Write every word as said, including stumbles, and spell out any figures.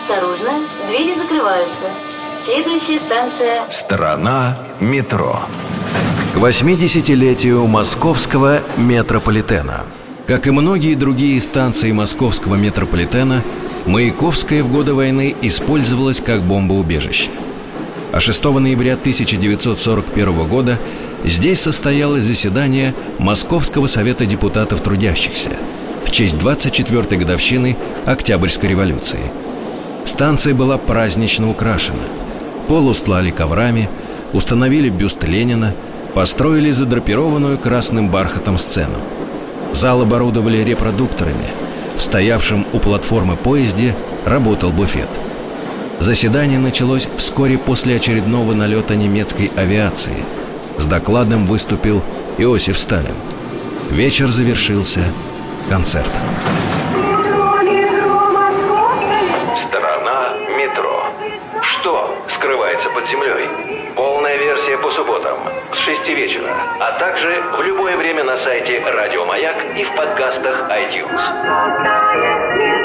Осторожно, двери закрываются. Следующая станция... Страна метро. К восьмидесятилетию московского метрополитена. Как и многие другие станции московского метрополитена, Маяковская в годы войны использовалась как бомбоубежище. А шестого ноября тысяча девятьсот сорок первого года здесь состоялось заседание Московского совета депутатов трудящихся в честь двадцать четвёртой годовщины Октябрьской революции. Станция была празднично украшена. Пол устлали коврами, установили бюст Ленина, построили задрапированную красным бархатом сцену. Зал оборудовали репродукторами. В стоявшем у платформы поезде работал буфет. Заседание началось вскоре после очередного налета немецкой авиации. С докладом выступил Иосиф Сталин. Вечер завершился концертом. Страна метро. Что скрывается под землей? Полная версия по субботам с шести вечера, а также в любое время на сайте Радио Маяк и в подкастах iTunes.